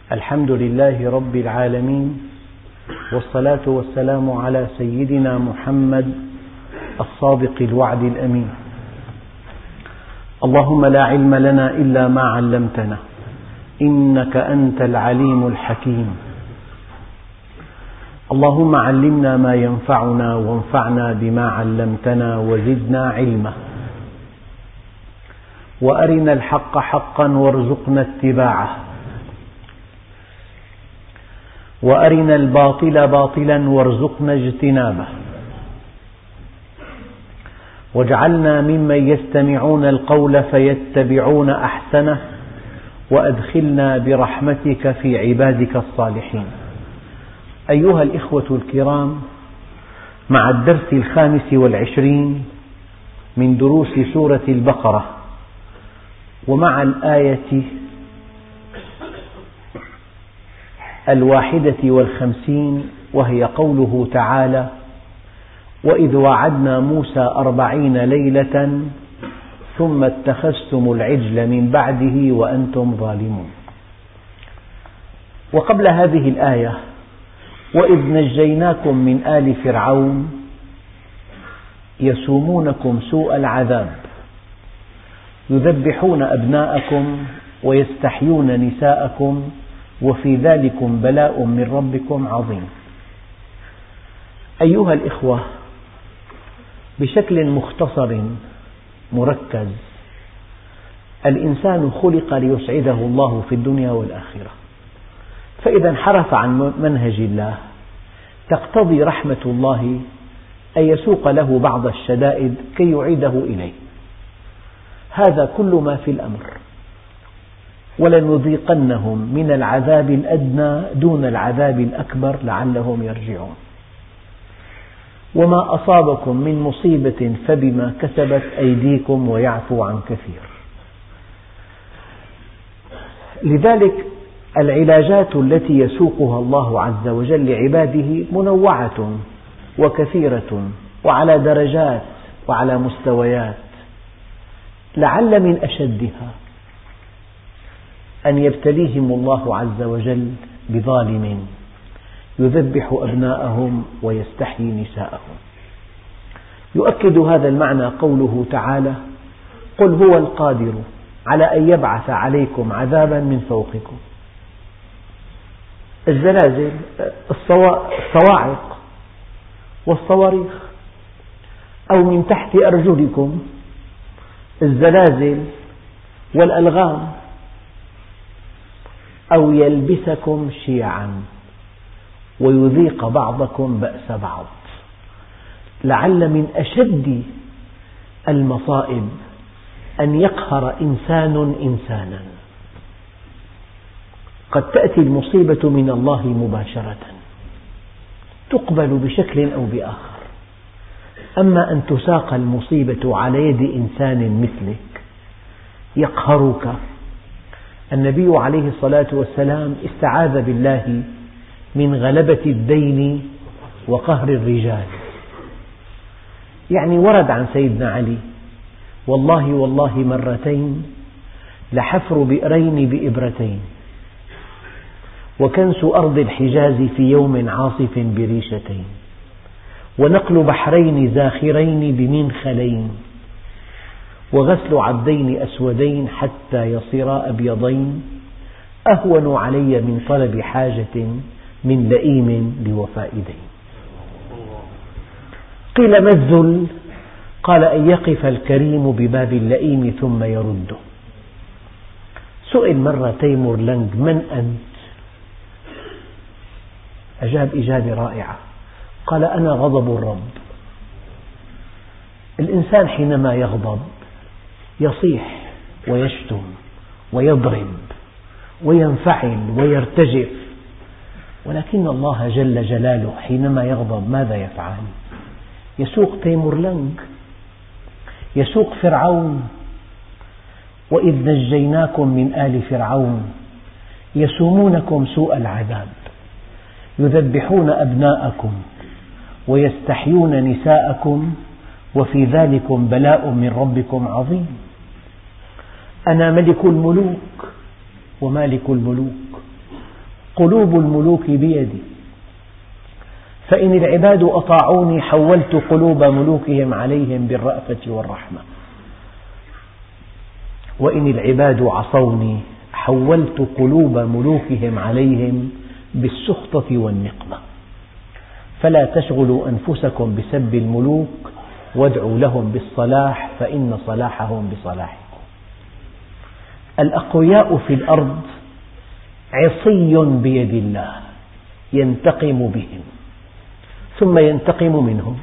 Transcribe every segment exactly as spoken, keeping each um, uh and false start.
الحمد لله رب العالمين، والصلاة والسلام على سيدنا محمد الصادق الوعد الأمين. اللهم لا علم لنا إلا ما علمتنا إنك أنت العليم الحكيم. اللهم علمنا ما ينفعنا وانفعنا بما علمتنا وزدنا علما، وأرنا الحق حقا وارزقنا اتباعه، وأرنا الباطل باطلا وارزقنا اجتنابه، واجعلنا ممن يستمعون القول فيتبعون أحسنه، وأدخلنا برحمتك في عبادك الصالحين. أيها الإخوة الكرام، مع الدرس الخامس والعشرين من دروس سورة البقرة، ومع الآية الواحدة والخمسين، وهي قوله تعالى: وإذ وعدنا موسى أربعين ليلة ثم اتخذتم العجل من بعده وأنتم ظالمون. وقبل هذه الآية: وإذ نجيناكم من آل فرعون يسومونكم سوء العذاب يذبحون أبناءكم ويستحيون نساءكم وفي ذلكم بلاء من ربكم عظيم. أيها الإخوة، بشكل مختصر مركز، الإنسان خلق ليسعده الله في الدنيا والآخرة، فإذا انحرف عن منهج الله تقتضي رحمة الله أن يسوق له بعض الشدائد كي يعيده إليه. هذا كل ما في الأمر. ولنذيقنهم من العذاب الأدنى دون العذاب الأكبر لعلهم يرجعون. وما أصابكم من مصيبة فبما كسبت أيديكم ويعفو عن كثير. لذلك العلاجات التي يسوقها الله عز وجل لعباده منوعة وكثيرة وعلى درجات وعلى مستويات، لعل من أشدها أن يبتليهم الله عز وجل بظالم يذبح أبناءهم ويستحيي نساءهم. يؤكد هذا المعنى قوله تعالى: قل هو القادر على أن يبعث عليكم عذابا من فوقكم. الزلازل، الصواعق والصواريخ، أو من تحت أرجلكم الزلازل والألغام، أو يلبسكم شيعا ويذيق بعضكم بأس بعض. لعل من أشد المصائب أن يقهر إنسان إنسانا. قد تأتي المصيبة من الله مباشرة تقبل بشكل أو بآخر، أما أن تساق المصيبة على يد إنسان مثلك يقهرك. النبي عليه الصلاة والسلام استعاذ بالله من غلبة الدين وقهر الرجال. يعني ورد عن سيدنا علي: والله والله مرتين لحفر بئرين بإبرتين، وكنس أرض الحجاز في يوم عاصف بريشتين، ونقل بحرين زاخرين بمنخلين، وغسل عبدين أسودين حتى يصيرا أبيضين، أهون علي من طلب حاجة من لئيم بوفائدين. قيل ما الذل؟ قال: أن يقف الكريم بباب اللئيم ثم يرده. سئل مرة تيمور لنج: من أنت؟ أجاب إجابة رائعة، قال: أنا غضب الرب. الإنسان حينما يغضب يصيح ويشتم ويضرب وينفعل ويرتجف، ولكن الله جل جلاله حينما يغضب ماذا يفعل؟ يسوق تيمور لنج، يسوق فرعون. وإذ نجيناكم من آل فرعون يسومونكم سوء العذاب يذبحون أبناءكم ويستحيون نساءكم وفي ذلكم بلاء من ربكم عظيم. أنا ملك الملوك ومالك الملوك قلوب الملوك بيدي، فإن العباد أطاعوني حولت قلوب ملوكهم عليهم بالرأفة والرحمة، وإن العباد عصوني حولت قلوب ملوكهم عليهم بالسخطة والنقمة. فلا تشغلوا أنفسكم بسب الملوك وادعوا لهم بالصلاح فإن صلاحهم بصلاحكم. الأقوياء في الأرض عصي بيد الله ينتقم بهم ثم ينتقم منهم،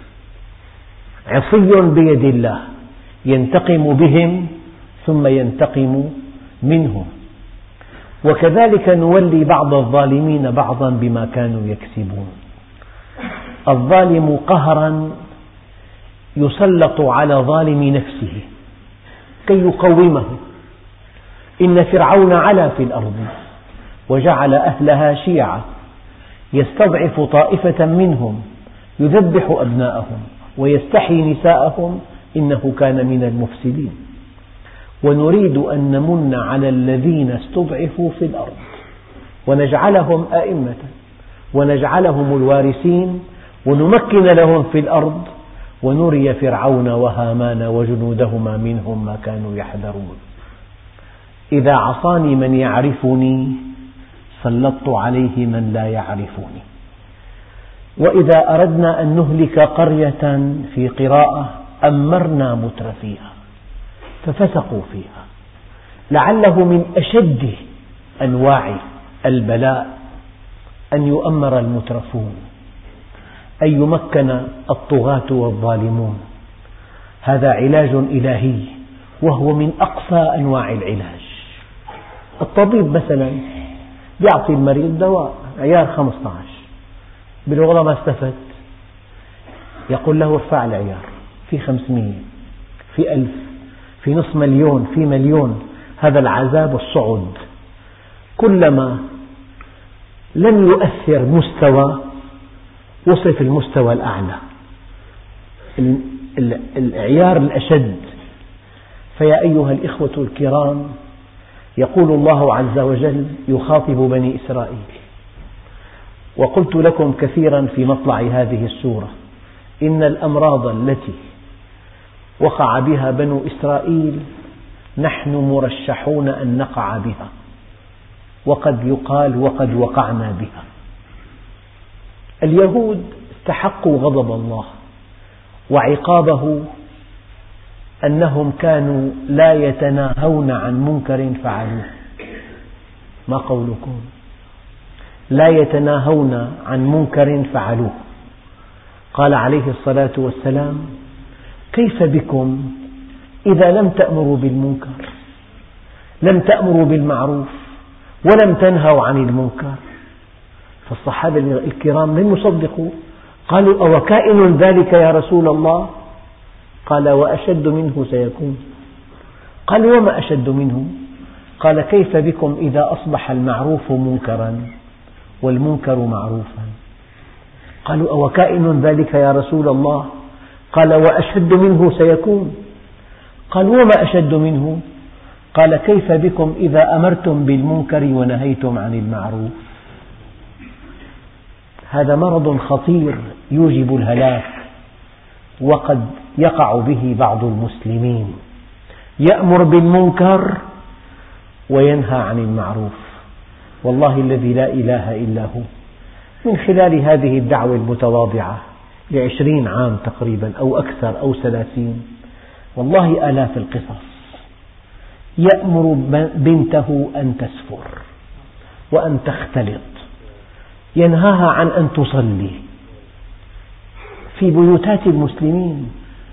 عصي بيد الله ينتقم بهم ثم ينتقم منهم. وكذلك نولي بعض الظالمين بعضا بما كانوا يكسبون. الظالم قهرا يسلط على ظالم نفسه كي يقومه. إن فرعون علا في الأرض وجعل أهلها شيعا يستضعف طائفة منهم يذبح أبناءهم ويستحيي نساءهم إنه كان من المفسدين. ونريد أن نمن على الذين استضعفوا في الأرض ونجعلهم أئمة ونجعلهم الوارثين ونمكن لهم في الأرض ونري فرعون وهامان وجنودهما منهم ما كانوا يحذرون. إذا عصاني من يعرفني سلطت عليه من لا يعرفني. وإذا أردنا أن نهلك قرية في قراءة أمرنا مترفيها ففسقوا فيها، لعله من أشد أنواع البلاء أن يؤمر المترفون، أن يمكن الطغاة والظالمون. هذا علاج إلهي وهو من أقصى أنواع العلاج. الطبيب مثلا يعطي المريض دواء عيار خمسة عشر، بالوضع ما استفدت يقول له ارفع العيار في خمسمئة في ألف في نصف مليون في مليون. هذا العذاب الصعد. كلما لم يؤثر مستوى وصف المستوى الأعلى، العيار الأشد. فيا أيها الإخوة الكرام، يقول الله عز وجل يخاطب بني إسرائيل، وقلت لكم كثيرا في مطلع هذه السورة إن الأمراض التي وقع بها بنو إسرائيل نحن مرشحون أن نقع بها، وقد يقال وقد وقعنا بها. اليهود استحقوا غضب الله وعقابه أنهم كانوا لا يتناهون عن منكر فعلوه. ما قولكم؟ لا يتناهون عن منكر فعلوه. قال عليه الصلاة والسلام: كيف بكم إذا لم تأمروا بالمنكر، لم تأمروا بالمعروف ولم تنهوا عن المنكر؟ فالصحابة الكرام لم يصدقوا، قالوا: أو كائن ذلك يا رسول الله؟ قال: وأشد منه سيكون. قالوا: وما أشد منه؟ قال: كيف بكم إذا أصبح المعروف منكرا والمنكر معروفا؟ قالوا: أو كائن ذلك يا رسول الله؟ قال: وأشد منه سيكون. قالوا: وما أشد منه؟ قال: كيف بكم إذا أمرتم بالمنكر ونهيتم عن المعروف؟ هذا مرض خطير يوجب الهلاك، وقد يقع به بعض المسلمين، يأمر بالمنكر وينهى عن المعروف. والله الذي لا إله إلا هو، من خلال هذه الدعوة المتواضعة لعشرين عام تقريبا أو أكثر أو ثلاثين، والله آلاف القصص. يأمر بنته أن تسفر وأن تختلط، ينهاها عن أن تصلي في بيوتات المسلمين،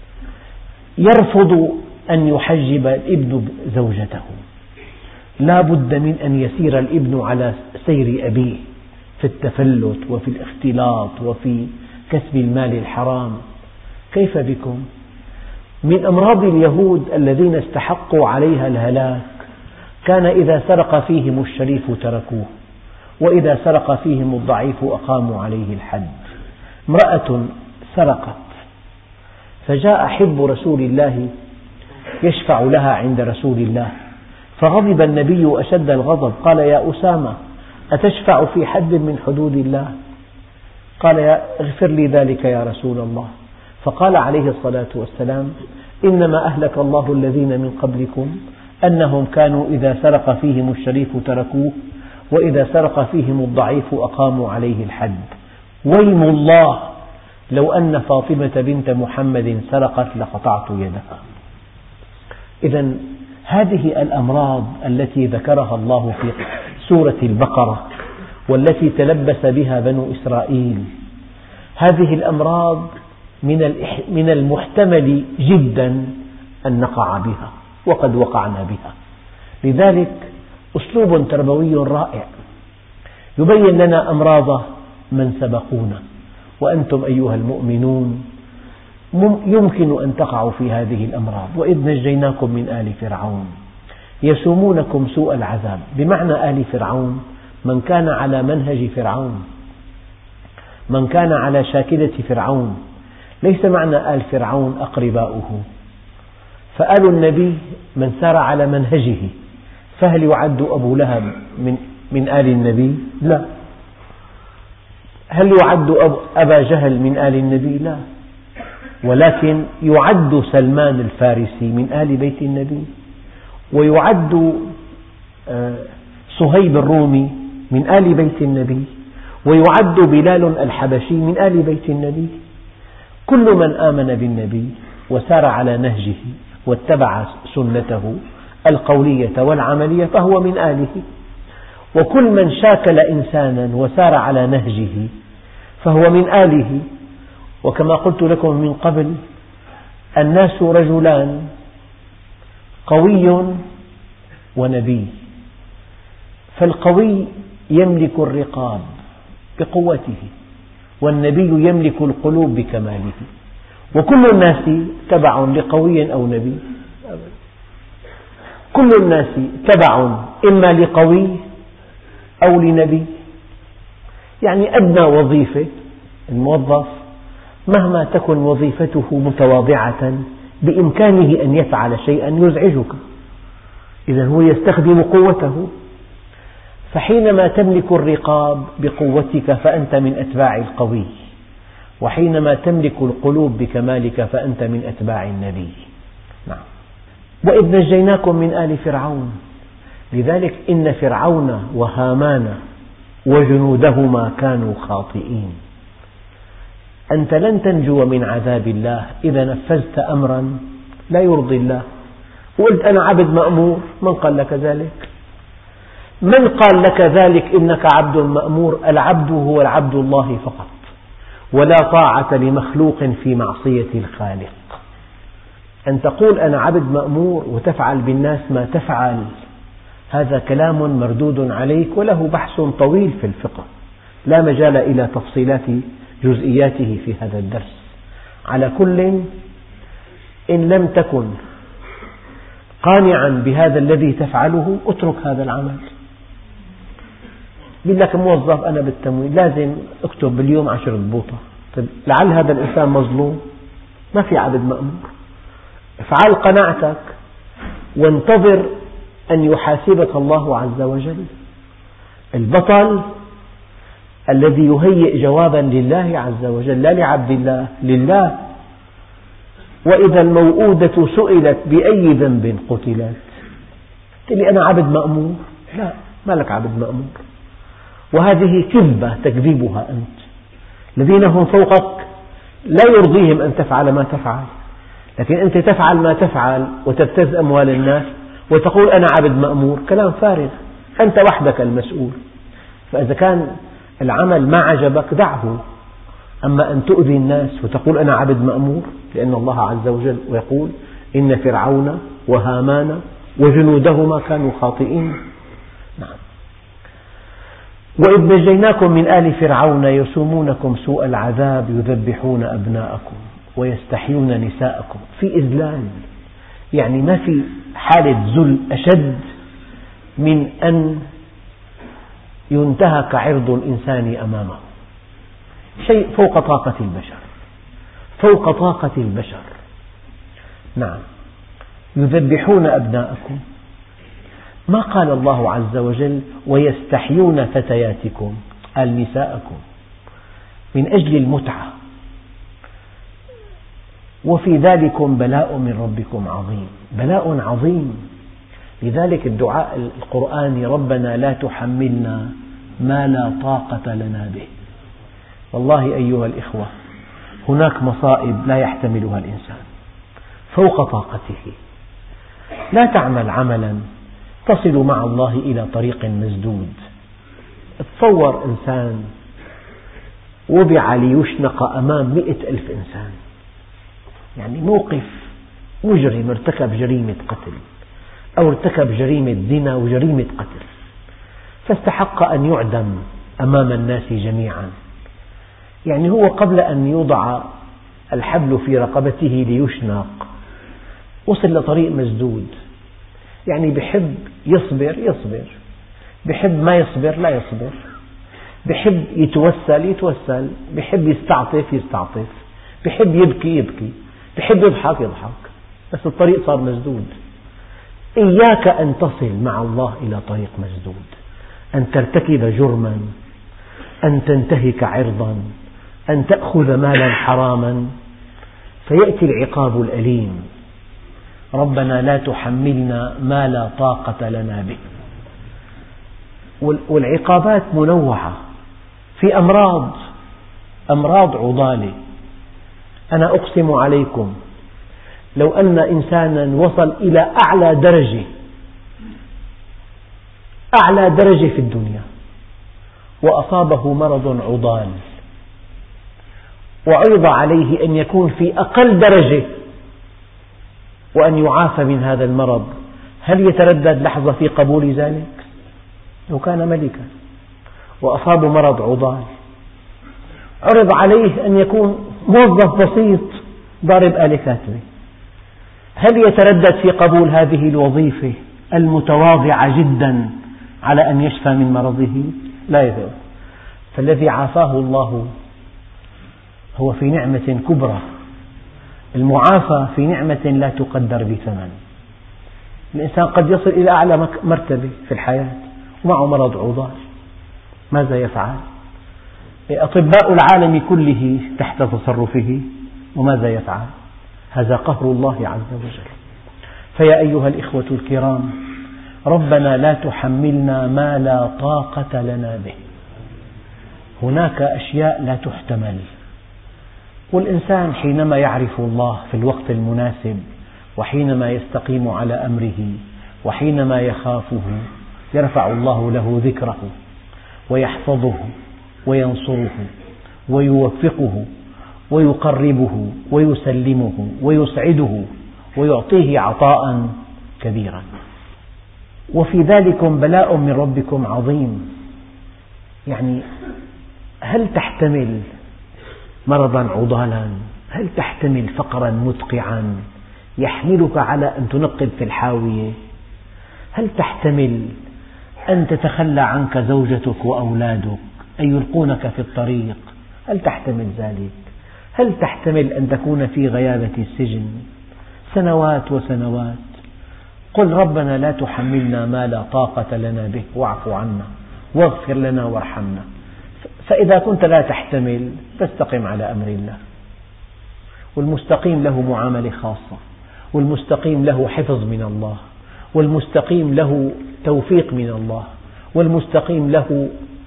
يرفض أن يحجب الابن زوجته، لا بد من أن يسير الابن على سير أبيه في التفلت وفي الاختلاط وفي كسب المال الحرام. كيف بكم؟ من أمراض اليهود الذين استحقوا عليها الهلاك كان إذا سرق فيهم الشريف تركوه، وإذا سرق فيهم الضعيف أقاموا عليه الحد. امرأة سرقت فجاء حب رسول الله يشفع لها عند رسول الله، فغضب النبي أشد الغضب، قال: يا أسامة، أتشفع في حد من حدود الله؟ قال اغفر لي ذلك يا رسول الله. فقال عليه الصلاة والسلام إنما أهلك الله الذين من قبلكم أنهم كانوا إذا سرق فيهم الشريف تركوه وإذا سرق فيهم الضعيف أقاموا عليه الحد، ويم الله لو أن فاطمة بنت محمد سرقت لقطعت يدها. إذا هذه الأمراض التي ذكرها الله في سورة البقرة والتي تلبس بها بنو إسرائيل، هذه الأمراض من المحتمل جدا أن نقع بها وقد وقعنا بها. لذلك أسلوب تربوي رائع يبين لنا أمراض من سبقونا، وأنتم أيها المؤمنون يمكن أن تقعوا في هذه الأمراض. وإذ نجيناكم من آل فرعون يسومونكم سوء العذاب، بمعنى آل فرعون من كان على منهج فرعون، من كان على شاكلة فرعون، ليس معنى آل فرعون أقرباؤه. فآل النبي من سار على منهجه، فهل يعد أبو لهب من, من آل النبي؟ لا. هل يعد أبا جهل من آل النبي؟ لا. ولكن يعد سلمان الفارسي من آل بيت النبي، ويعد صهيب الرومي من آل بيت النبي، ويعد بلال الحبشي من آل بيت النبي. كل من آمن بالنبي وسار على نهجه واتبع سنته القولية والعملية فهو من آله، وكل من شاكل إنسانا وسار على نهجه فهو من آله. وكما قلت لكم من قبل الناس رجلان، قوي ونبي، فالقوي يملك الرقاب بقوته، والنبي يملك القلوب بكماله. وكل الناس تبع لقوي أو نبي، كل الناس تبع إما لقوي أو لنبي. يعني أدنى وظيفة الموظف مهما تكن وظيفته متواضعة بإمكانه أن يفعل شيئا يزعجك، إذا هو يستخدم قوته. فحينما تملك الرقاب بقوتك فأنت من أتباع القوي، وحينما تملك القلوب بكمالك فأنت من أتباع النبي. نعم. وإذ نجيناكم من آل فرعون، لذلك إن فرعون وهامان وجنودهما كانوا خاطئين. أنت لن تنجو من عذاب الله إذا نفذت أمرا لا يرضي الله وقلت أنا عبد مأمور. من قال لك ذلك؟ من قال لك ذلك إنك عبد مأمور؟ العبد هو العبد الله فقط، ولا طاعة لمخلوق في معصية الخالق. أن تقول أنا عبد مأمور وتفعل بالناس ما تفعل، هذا كلام مردود عليك وله بحث طويل في الفقه، لا مجال إلى تفصيلات جزئياته في هذا الدرس. على كل، إن لم تكن قانعا بهذا الذي تفعله اترك هذا العمل. يقول لك موظف أنا بالتموين لازم أكتب باليوم عشر ضبوطة، طيب لعل هذا الإنسان مظلوم، ما في عبد مأمور. افعل قناعتك وانتظر أن يحاسبك الله عز وجل. البطل الذي يهيئ جوابا لله عز وجل لا لعبد الله، لله. وإذا الموءودة سئلت بأي ذنب قتلت، قلت لي أنا عبد مأمور؟ لا، ما لك عبد مأمور، وهذه كذبة تكذبها أنت. الذين هم فوقك لا يرضيهم أن تفعل ما تفعل، لكن أنت تفعل ما تفعل وتبتز أموال الناس وتقول أنا عبد مأمور، كلام فارغ. أنت وحدك المسؤول. فإذا كان العمل ما عجبك دعه، أما أن تؤذي الناس وتقول أنا عبد مأمور، لأن الله عز وجل يقول إن فرعون وهامان وجنودهما كانوا خاطئين. نعم. وإذ نجيناكم من آل فرعون يسومونكم سوء العذاب يذبحون أبناءكم ويستحيون نساءكم. في إذلال، يعني ما في حالة ذل أشد من أن ينتهك عرض الإنسان أمامه، شيء فوق طاقة البشر، فوق طاقة البشر. نعم. يذبحون أبناءكم، ما قال الله عز وجل ويستحيون فتياتكم، قال نساءكم من أجل المتعة. وفي ذلكم بلاء من ربكم عظيم، بلاء عظيم. لذلك الدعاء القرآني ربنا لا تحملنا ما لا طاقة لنا به. والله أيها الإخوة، هناك مصائب لا يحتملها الإنسان فوق طاقته. لا تعمل عملا تصل مع الله إلى طريق مسدود. تصور إنسان وضع ليشنق أمام مئة ألف إنسان، يعني موقف مجرم ارتكب جريمة قتل أو ارتكب جريمة زنا وجريمة قتل، فاستحق أن يعدم أمام الناس جميعا. يعني هو قبل أن يوضع الحبل في رقبته ليشنق وصل لطريق مسدود. يعني بحب يصبر يصبر، بحب ما يصبر لا يصبر، بحب يتوسل يتوسل، بحب يستعطف يستعطف، بحب يبكي يبكي، بحب يضحك يضحك، بس الطريق صار مسدود. إياك أن تصل مع الله إلى طريق مسدود، أن ترتكب جرما، أن تنتهك عرضا، أن تأخذ مالا حراما، فيأتي العقاب الأليم. ربنا لا تحملنا ما لا طاقة لنا به. والعقابات منوعة، في أمراض أمراض عضالة. أنا أقسم عليكم لو أن إنسانا وصل إلى أعلى درجة أعلى درجة في الدنيا وأصابه مرض عضال وعرض عليه أن يكون في أقل درجة وأن يعافى من هذا المرض، هل يتردد لحظة في قبول ذلك؟ لو كان ملكا وأصاب مرض عضال، عرض عليه أن يكون موظف بسيط ضارب آلة كاتبة، هل يتردد في قبول هذه الوظيفة المتواضعة جدا على أن يشفى من مرضه؟ لا يتردد. فالذي عافاه الله هو في نعمة كبرى. المعافى في نعمة لا تقدر بثمن. الإنسان قد يصل إلى أعلى مرتبة في الحياة ومعه مرض عضال، ماذا يفعل؟ أطباء العالم كله تحت تصرفه، وماذا يفعل؟ هذا قهر الله عز وجل. فيا أيها الإخوة الكرام، ربنا لا تحملنا ما لا طاقة لنا به. هناك أشياء لا تحتمل، والإنسان حينما يعرف الله في الوقت المناسب، وحينما يستقيم على أمره، وحينما يخافه، يرفع الله له ذكره ويحفظه وينصره ويوفقه ويقربه ويسلمه ويسعده ويعطيه عطاء كبيرا. وفي ذلكم بلاء من ربكم عظيم. يعني هل تحتمل مرضا عضالا؟ هل تحتمل فقرا مدقعا يحملك على أن تنقب في الحاوية؟ هل تحتمل أن تتخلى عنك زوجتك وأولادك، أن يلقونك في الطريق؟ هل تحتمل ذلك؟ هل تحتمل أن تكون في غيابة السجن سنوات وسنوات؟ قل ربنا لا تحملنا ما لا طاقة لنا به واعف عنا واغفر لنا وارحمنا. فإذا كنت لا تحتمل فاستقم على أمر الله. والمستقيم له معاملة خاصة، والمستقيم له حفظ من الله، والمستقيم له توفيق من الله، والمستقيم له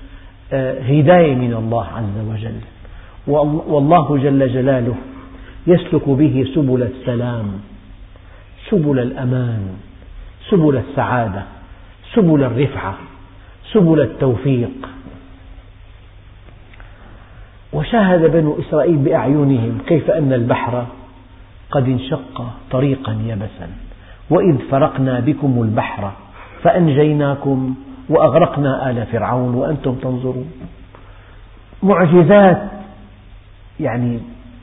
هداية من الله عز وجل. والله جل جلاله يسلك به سبل السلام، سبل الأمان، سبل السعادة، سبل الرفعة، سبل التوفيق. وشاهد بنو إسرائيل بأعينهم كيف أن البحر قد انشق طريقا يبسا وإذ فرقنا بكم البحر فأنجيناكم وأغرقنا آل فرعون وأنتم تنظرون. معجزات يعني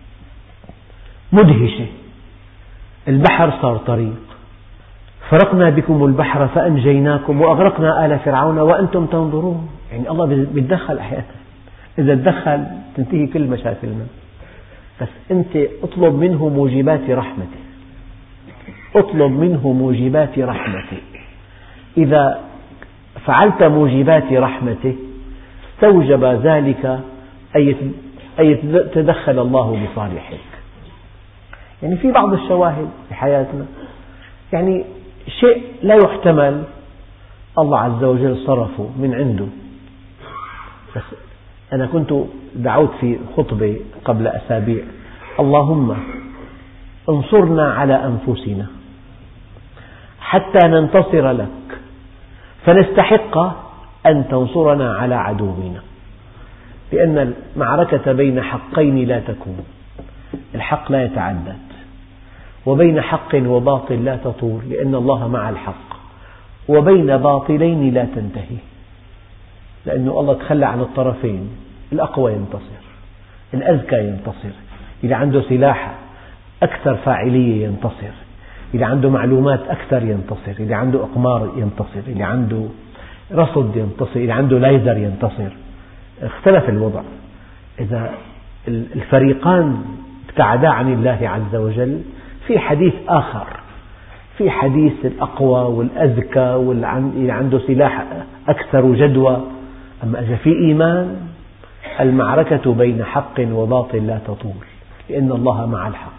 مدهشة. البحر صار طريق، فرقنا بكم البحر فأنجيناكم وأغرقنا آل فرعون وأنتم تنظرون. يعني الله بيتدخل أحيانا، إذا تدخل تنتهي كل مشاكلنا. بس أنت اطلب منه موجبات رحمته، اطلب منه موجبات رحمته. إذا فعلت موجبات رحمته استوجب ذلك أن يتدخل الله بصالحك. يعني في بعض الشواهد في حياتنا، يعني شيء لا يحتمل الله عز وجل صرفه من عنده. بس أنا كنت دعوت في خطبة قبل أسابيع: اللهم انصرنا على أنفسنا حتى ننتصر لك فنستحق أن تنصرنا على عدونا، لأن المعركة بين حقين لا تكون، الحق لا يتعدد، وبين حق وباطل لا تطول لأن الله مع الحق، وبين باطلين لا تنتهي لأن الله تخلى عن الطرفين، الأقوى ينتصر، الأذكى ينتصر، اللي عنده سلاح أكثر فاعلية ينتصر، اللي عنده معلومات أكثر ينتصر، اللي عنده أقمار ينتصر، اللي عنده رصد ينتصر، اللي عنده لايزر ينتصر. اختلف الوضع. إذا الفريقان ابتعدا عن الله عز وجل في حديث آخر، في حديث الأقوى والأذكى واللي عنده سلاح أكثر جدوى. أما إذا في إيمان المعركة بين حق وباطل لا تطول لأن الله مع الحق.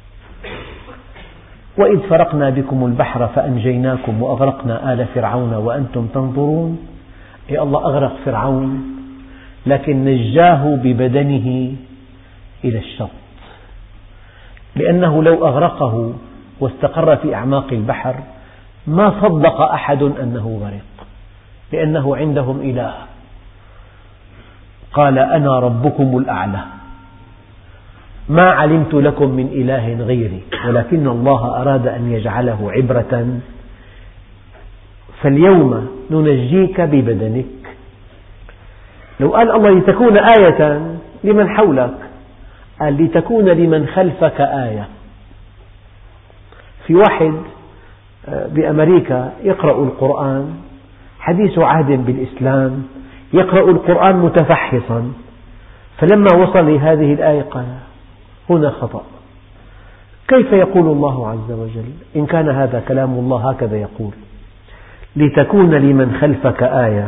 وإذ فرقنا بكم البحر فأنجيناكم وأغرقنا آل فرعون وأنتم تنظرون. يا الله أغرق فرعون لكن نجاه ببدنه إلى الشط، لأنه لو أغرقه واستقر في أعماق البحر ما صدق أحد أنه غرق، لأنه عندهم إله. قال أنا ربكم الأعلى ما علمت لكم من إله غيري ولكن الله أراد أن يجعله عبرة فاليوم ننجيك ببدنك. لو قال الله لتكون آية لمن حولك، قال لتكون لمن خلفك آية. في واحد بأمريكا يقرأ القرآن، حديث عهد بالإسلام، يقرأ القرآن متفحصا، فلما وصل لهذه الآية قال هنا خطأ، كيف يقول الله عز وجل إن كان هذا كلام الله هكذا يقول لتكون لمن خلفك آية.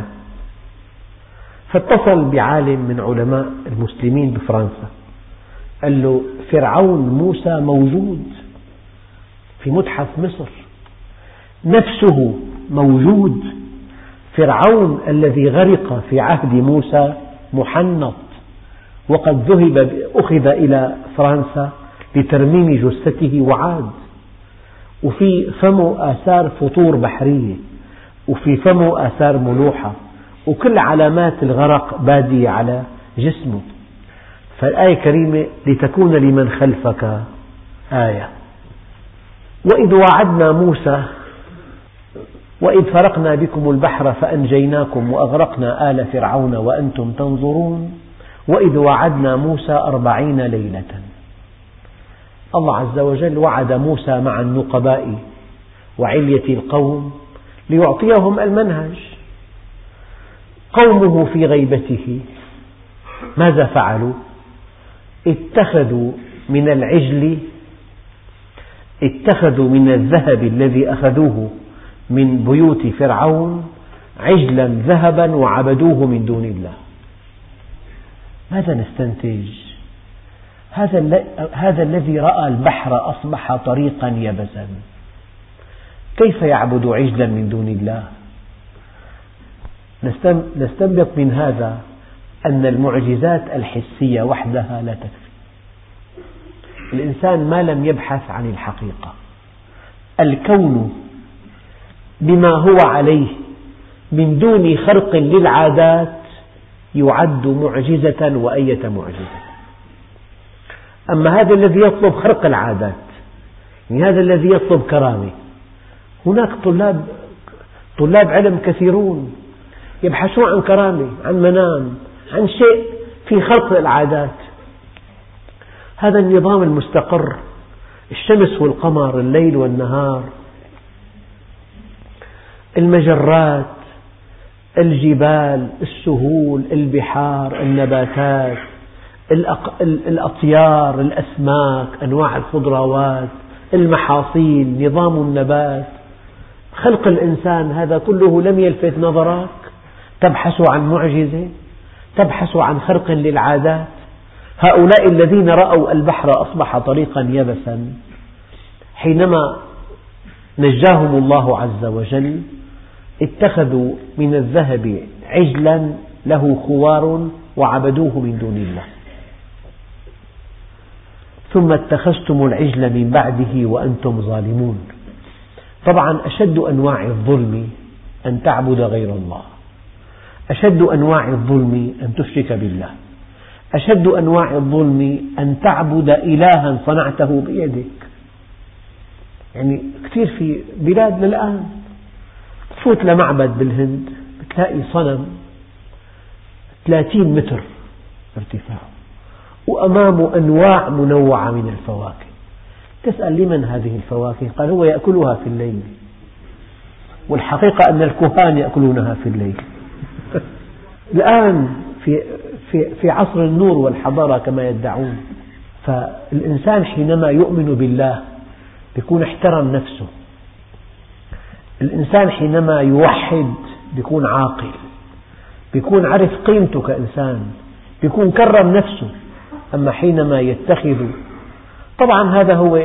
فاتصل بعالم من علماء المسلمين بفرنسا قال له فرعون موسى موجود في متحف مصر، نفسه موجود، فرعون الذي غرق في عهد موسى محنط وقد ذهب أخذ إلى فرنسا لترميم جثته وعاد، وفي فمه آثار فطور بحرية، وفي فمه آثار ملوحة، وكل علامات الغرق بادية على جسمه. فالآية الكريمة لتكون لمن خلفك آية. وإذ وعدنا موسى وإذ فرقنا بكم البحر فأنجيناكم وأغرقنا آل فرعون وأنتم تنظرون. وإذ وعدنا موسى أربعين ليلة. الله عز وجل وعد موسى مع النقباء وعلية القوم ليعطيهم المنهج. قومه في غيبته ماذا فعلوا؟ اتخذوا من العجل، اتخذوا من الذهب الذي أخذوه من بيوت فرعون عجلا ذهبا وعبدوه من دون الله. ماذا نستنتج؟ هذا, هذا الذي رأى البحر أصبح طريقا يبسا كيف يعبد عجلا من دون الله؟ نستنبط من هذا أن المعجزات الحسية وحدها لا تكفي. الإنسان ما لم يبحث عن الحقيقة. الكون بما هو عليه من دون خرق للعادات يعد معجزة وأية معجزة. أما هذا الذي يطلب خرق العادات، يعني هذا الذي يطلب كرامة، هناك طلاب طلاب علم كثيرون يبحثون عن كرامة، عن منام، عن شيء في خرق العادات. هذا النظام المستقر، الشمس والقمر، الليل والنهار، المجرات، الجبال، السهول، البحار، النباتات، الأطيار، الأسماك، أنواع الخضروات، المحاصيل، نظام النبات، خلق الإنسان هذا كله لم يلفت نظرك؟ تبحث عن معجزة؟ تبحث عن خرق للعادات؟ هؤلاء الذين رأوا البحر أصبح طريقا يبسا حينما نجاهم الله عز وجل اتخذوا من الذهب عجلا له خوار وعبدوه من دون الله. ثم اتخذتم العجل من بعده وأنتم ظالمون. طبعا أشد أنواع الظلم أن تعبد غير الله، أشد أنواع الظلم أن تشرك بالله، أشد أنواع الظلم أن تعبد إلها صنعته بيدك. يعني كثير في بلادنا الآن تفوت لمعبد بالهند بتلاقي صنم ثلاثين متر ارتفاعه وأمامه أنواع منوعة من الفواكه. تسأل لمن هذه الفواكه؟ قال هو يأكلها في الليل، والحقيقة أن الكهان يأكلونها في الليل. الآن في, في, في عصر النور والحضارة كما يدعون. فالإنسان حينما يؤمن بالله يكون احترم نفسه، الإنسان حينما يوحد يكون عاقل، يكون عرف قيمته كإنسان، يكون كرم نفسه. أما حينما يتخذ، طبعا هذا هو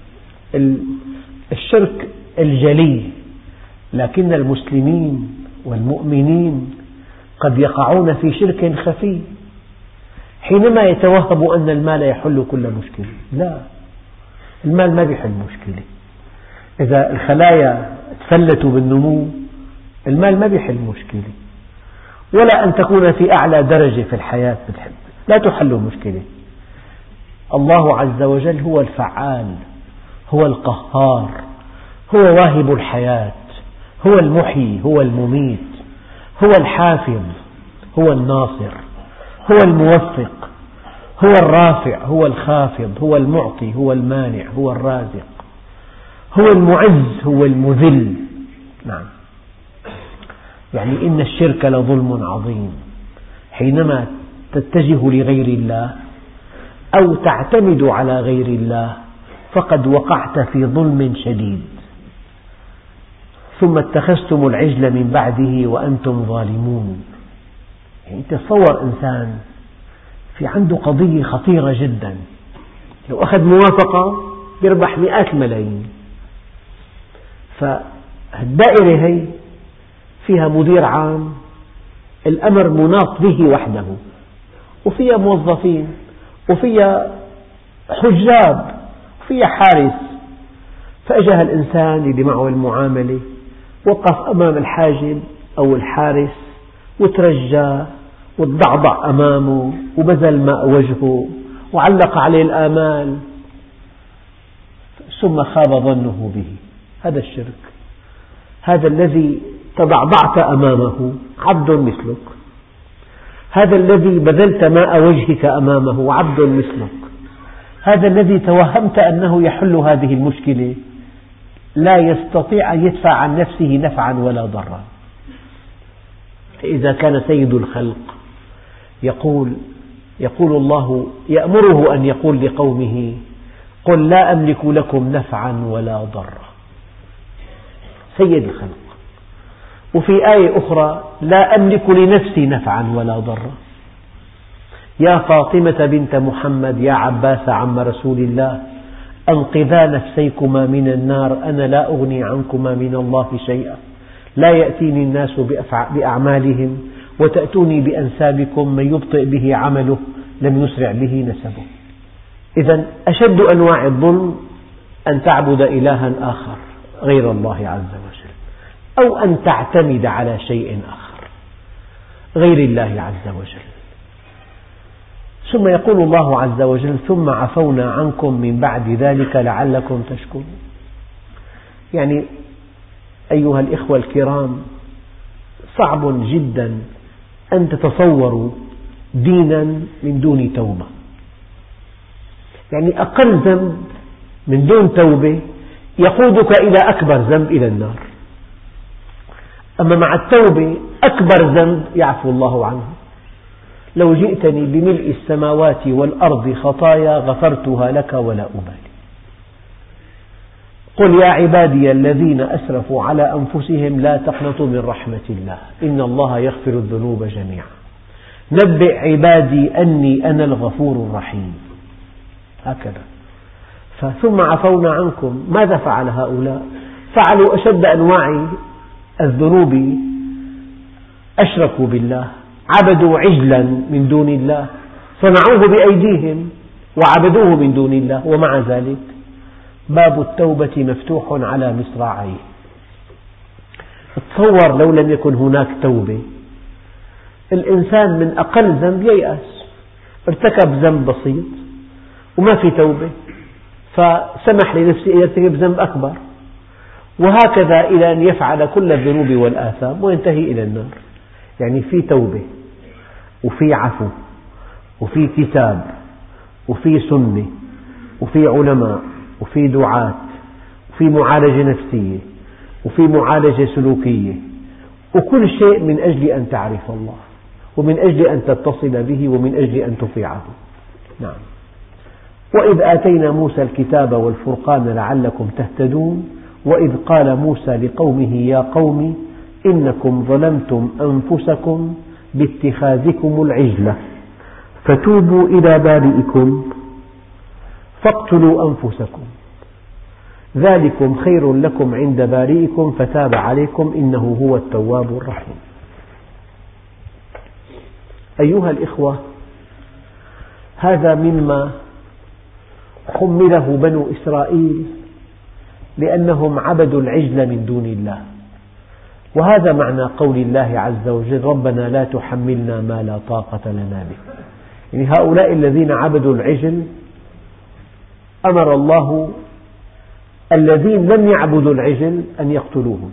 الشرك الجلي، لكن المسلمين والمؤمنين قد يقعون في شرك خفي حينما يتوهم أن المال يحل كل مشكلة. لا، المال ما يحل مشكلة. إذا الخلايا تفلتوا بالنمو المال ما يحل مشكلة، ولا أن تكون في أعلى درجة في الحياة بتحب، لا تحل مشكلة. الله عز وجل هو الفعال، هو القهار، هو واهب الحياة، هو المحيي، هو المميت، هو الحافظ، هو الناصر، هو الموفق، هو الرافع، هو الخافض، هو المعطي، هو المانع، هو الرازق، هو المعز، هو المذل. نعم، يعني إن الشرك لظلم عظيم. حينما تتجه لغير الله أو تعتمد على غير الله فقد وقعت في ظلم شديد. ثم اتخذتم العجل من بعده وأنتم ظالمون. يعني تصور إنسان في عنده قضية خطيرة جدا، لو أخذ موافقة يربح مئات الملايين. فالدائرة هي فيها مدير عام الأمر مناط به وحده، وفيها موظفين، وفيها حجاب، وفيها حارس. فأجا الإنسان اللي معه المعاملة وقف أمام الحاجب أو الحارس وترجى وتضعضع أمامه وبذل ماء وجهه وعلق عليه الآمال، ثم خاب ظنه به. هذا الشرك. هذا الذي تضعضعت أمامه عبد مثلك، هذا الذي بذلت ماء وجهك أمامه عبد مثلك، هذا الذي توهمت أنه يحل هذه المشكلة لا يستطيع أن يدفع عن نفسه نفعا ولا ضرا. إذا كان سيد الخلق يقول يقول الله يأمره أن يقول لقومه قل لا أملك لكم نفعا ولا ضرا، سيد الخلق. وفي آية أخرى لا أملك لنفسي نفعا ولا ضرا. يا فاطمة بنت محمد، يا عباس عم رسول الله، أنقذا نفسيكما من النار، أنا لا أغني عنكما من الله شيئا، لا يأتيني الناس بأعمالهم وتأتوني بأنسابكم، من يبطئ به عمله لم يسرع به نسبه. إذن أشد أنواع الظلم أن تعبد إلها آخر غير الله عز وجل، أو أن تعتمد على شيء آخر غير الله عز وجل. ثم يقول الله عز وجل ثم عفونا عنكم من بعد ذلك لعلكم تشكرون. يعني أيها الإخوة الكرام، صعب جدا أن تتصوروا دينا من دون توبة. يعني أقل ذنب من دون توبة يقودك إلى أكبر ذنب، إلى النار. أما مع التوبة أكبر ذنب يعفو الله عنه. لو جئتني بملء السماوات والأرض خطايا غفرتها لك ولا أبالي. قل يا عبادي الذين أسرفوا على أنفسهم لا تقنطوا من رحمة الله إن الله يغفر الذنوب جميعا نبئ عبادي أني أنا الغفور الرحيم. هكذا. ثم عفونا عنكم. ماذا فعل هؤلاء؟ فعلوا أشد أنواع الذنوب، أشركوا بالله، عبدوا عجلا من دون الله، صنعوه بأيديهم وعبدوه من دون الله، ومع ذلك باب التوبة مفتوح على مصراعيه. تصور لو لم يكن هناك توبة، الإنسان من أقل ذنب ييأس، ارتكب ذنب بسيط وما في توبة فسمح لنفسه أن يرتكب ذنب أكبر، وهكذا إلى أن يفعل كل الذنوب والآثام وينتهي إلى النار. يعني في توبة وفي عفو وفي كتاب وفي سنة وفي علماء وفي دعاة وفي معالجة نفسية وفي معالجة سلوكية، وكل شيء من أجل أن تعرف الله ومن أجل أن تتصل به ومن أجل أن تطيعه. نعم. وإذ آتينا موسى الكتاب والفرقان لعلكم تهتدون وإذ قال موسى لقومه يا قوم إنكم ظلمتم أنفسكم باتخاذكم العجلة فتوبوا إلى بارئكم فاقتلوا أنفسكم ذلكم خير لكم عند بارئكم فتاب عليكم إنه هو التواب الرحيم. أيها الإخوة، هذا مما حمله بنو إسرائيل لأنهم عبدوا العجل من دون الله، وهذا معنى قول الله عز وجل ربنا لا تحملنا ما لا طاقة لنا به. يعني هؤلاء الذين عبدوا العجل أمر الله الذين لم يعبدوا العجل أن يقتلوهم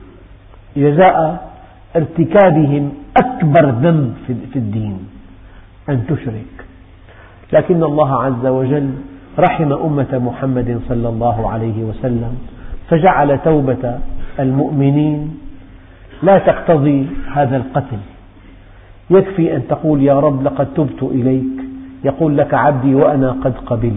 جزاء ارتكابهم أكبر ذنب في الدين أن تشرك. لكن الله عز وجل رحم أمة محمد صلى الله عليه وسلم فجعل توبة المؤمنين لا تقتضي هذا القتل، يكفي أن تقول يا رب لقد تبت إليك، يقول لك عبدي وأنا قد قبلت.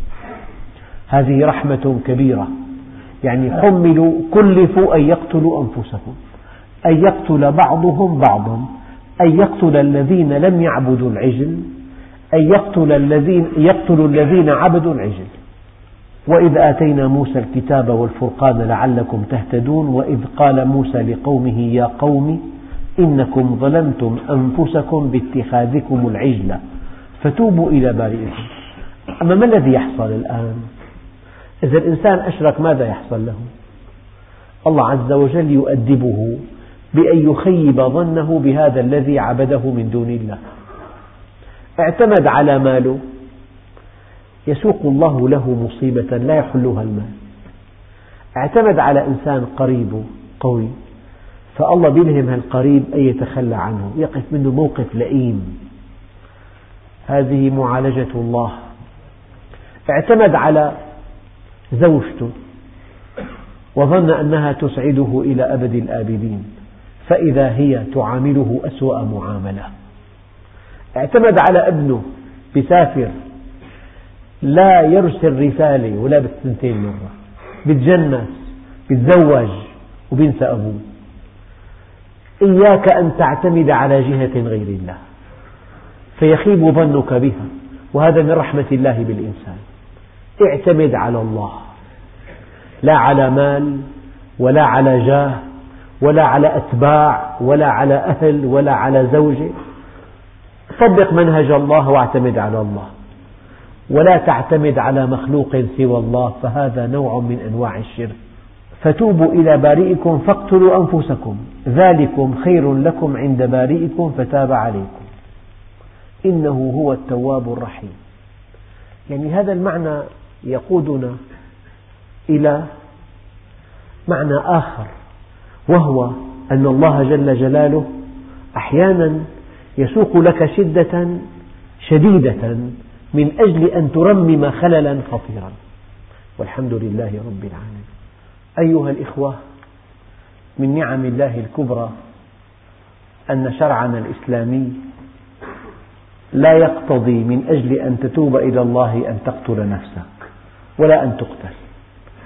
هذه رحمة كبيرة. يعني حملوا كلفوا أن يقتلوا أنفسهم، أن يقتل بعضهم بعضا، أن يقتل الذين لم يعبدوا العجل، أن يقتل الذين يقتلوا الذين عبدوا العجل. وإذ آتينا موسى الكتاب والفرقان لعلكم تهتدون وإذ قال موسى لقومه يا قوم إنكم ظلمتم أنفسكم باتخاذكم العجل فتوبوا إلى بارئكم. أما ما الذي يحصل الآن؟ إذا الإنسان أشرك ماذا يحصل له؟ الله عز وجل يؤدبه بأن يخيب ظنه بهذا الذي عبده من دون الله. اعتمد على ماله، يسوق الله له مصيبة لا يحلها المال. اعتمد على إنسان قريب قوي، فالله بيلهم هالقريب أن يتخلى عنه، يقف منه موقف لئيم. هذه معالجة الله. اعتمد على زوجته وظن أنها تسعده إلى أبد الآبدين، فإذا هي تعامله أسوأ معاملة. اعتمد على ابنه، بيسافر لا يرسل رسالة ولا بالسنتين مرة، بيتجنس بيتزوج وبينسى أبوه. إياك أن تعتمد على جهة غير الله فيخيب ظنك بها، وهذا من رحمة الله بالإنسان. اعتمد على الله، لا على مال ولا على جاه ولا على أتباع ولا على أهل ولا على زوجة. طبق منهج الله واعتمد على الله، ولا تعتمد على مخلوق سوى الله، فهذا نوع من أنواع الشرك. فتوبوا إلى بارئكم فاقتلوا أنفسكم ذلكم خير لكم عند بارئكم فتاب عليكم إنه هو التواب الرحيم. يعني هذا المعنى يقودنا إلى معنى آخر، وهو أن الله جل جلاله أحيانا يسوق لك شدة شديدة من أجل أن ترمم خللا خطيرا، والحمد لله رب العالمين. أيها الإخوة، من نعم الله الكبرى أن شرعنا الإسلامي لا يقتضي من أجل أن تتوب إلى الله أن تقتل نفسك ولا أن تقتل.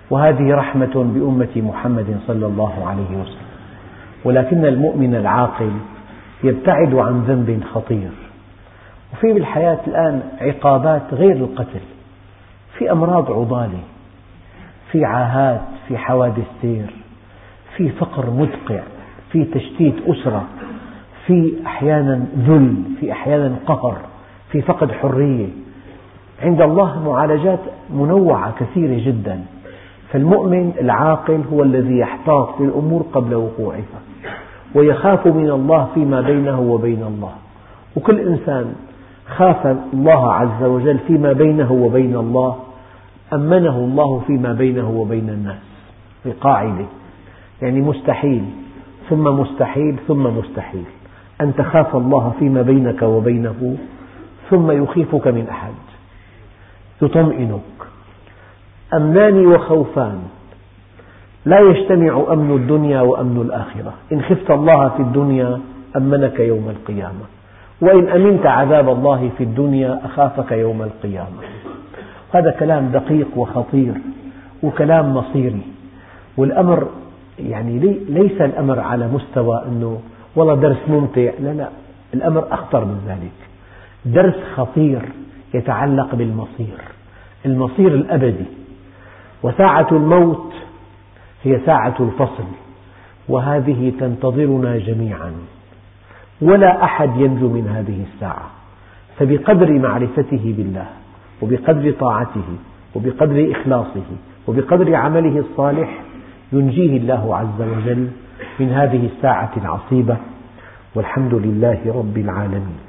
وهذه رحمة بأمة محمد صلى الله عليه وسلم. ولكن المؤمن العاقل يبتعد عن ذنب خطير. وفي بالحياة الآن عقابات غير القتل، في أمراض عضالة، في عاهات، في حوادث سير، في فقر مدقع، في تشتيت أسرة، في أحيانا ذل، في أحيانا قهر، في فقد حرية. عند الله معالجات منوعة كثيرة جدا. فالمؤمن العاقل هو الذي يحتاط للأمور قبل وقوعها، ويخاف من الله فيما بينه وبين الله. وكل إنسان خاف الله عز وجل فيما بينه وبين الله أمنه الله فيما بينه وبين الناس. القاعدة يعني مستحيل ثم مستحيل ثم مستحيل أن تخاف الله فيما بينك وبينه ثم يخيفك من أحد، يطمئنك. أمنان وخوفان لا يجتمع أمن الدنيا وأمن الآخرة. إن خفت الله في الدنيا أمنك يوم القيامة، وإن أمنت عذاب الله في الدنيا أخافك يوم القيامة. هذا كلام دقيق وخطير وكلام مصيري. والأمر يعني ليس الأمر على مستوى أنه والله درس ممتع، لا لا، الأمر أخطر من ذلك. درس خطير يتعلق بالمصير، المصير الأبدي. وساعة الموت هي ساعة الفصل، وهذه تنتظرنا جميعا، ولا أحد ينجو من هذه الساعة. فبقدر معرفته بالله، وبقدر طاعته، وبقدر إخلاصه، وبقدر عمله الصالح ينجيه الله عز وجل من هذه الساعة العصيبة. والحمد لله رب العالمين.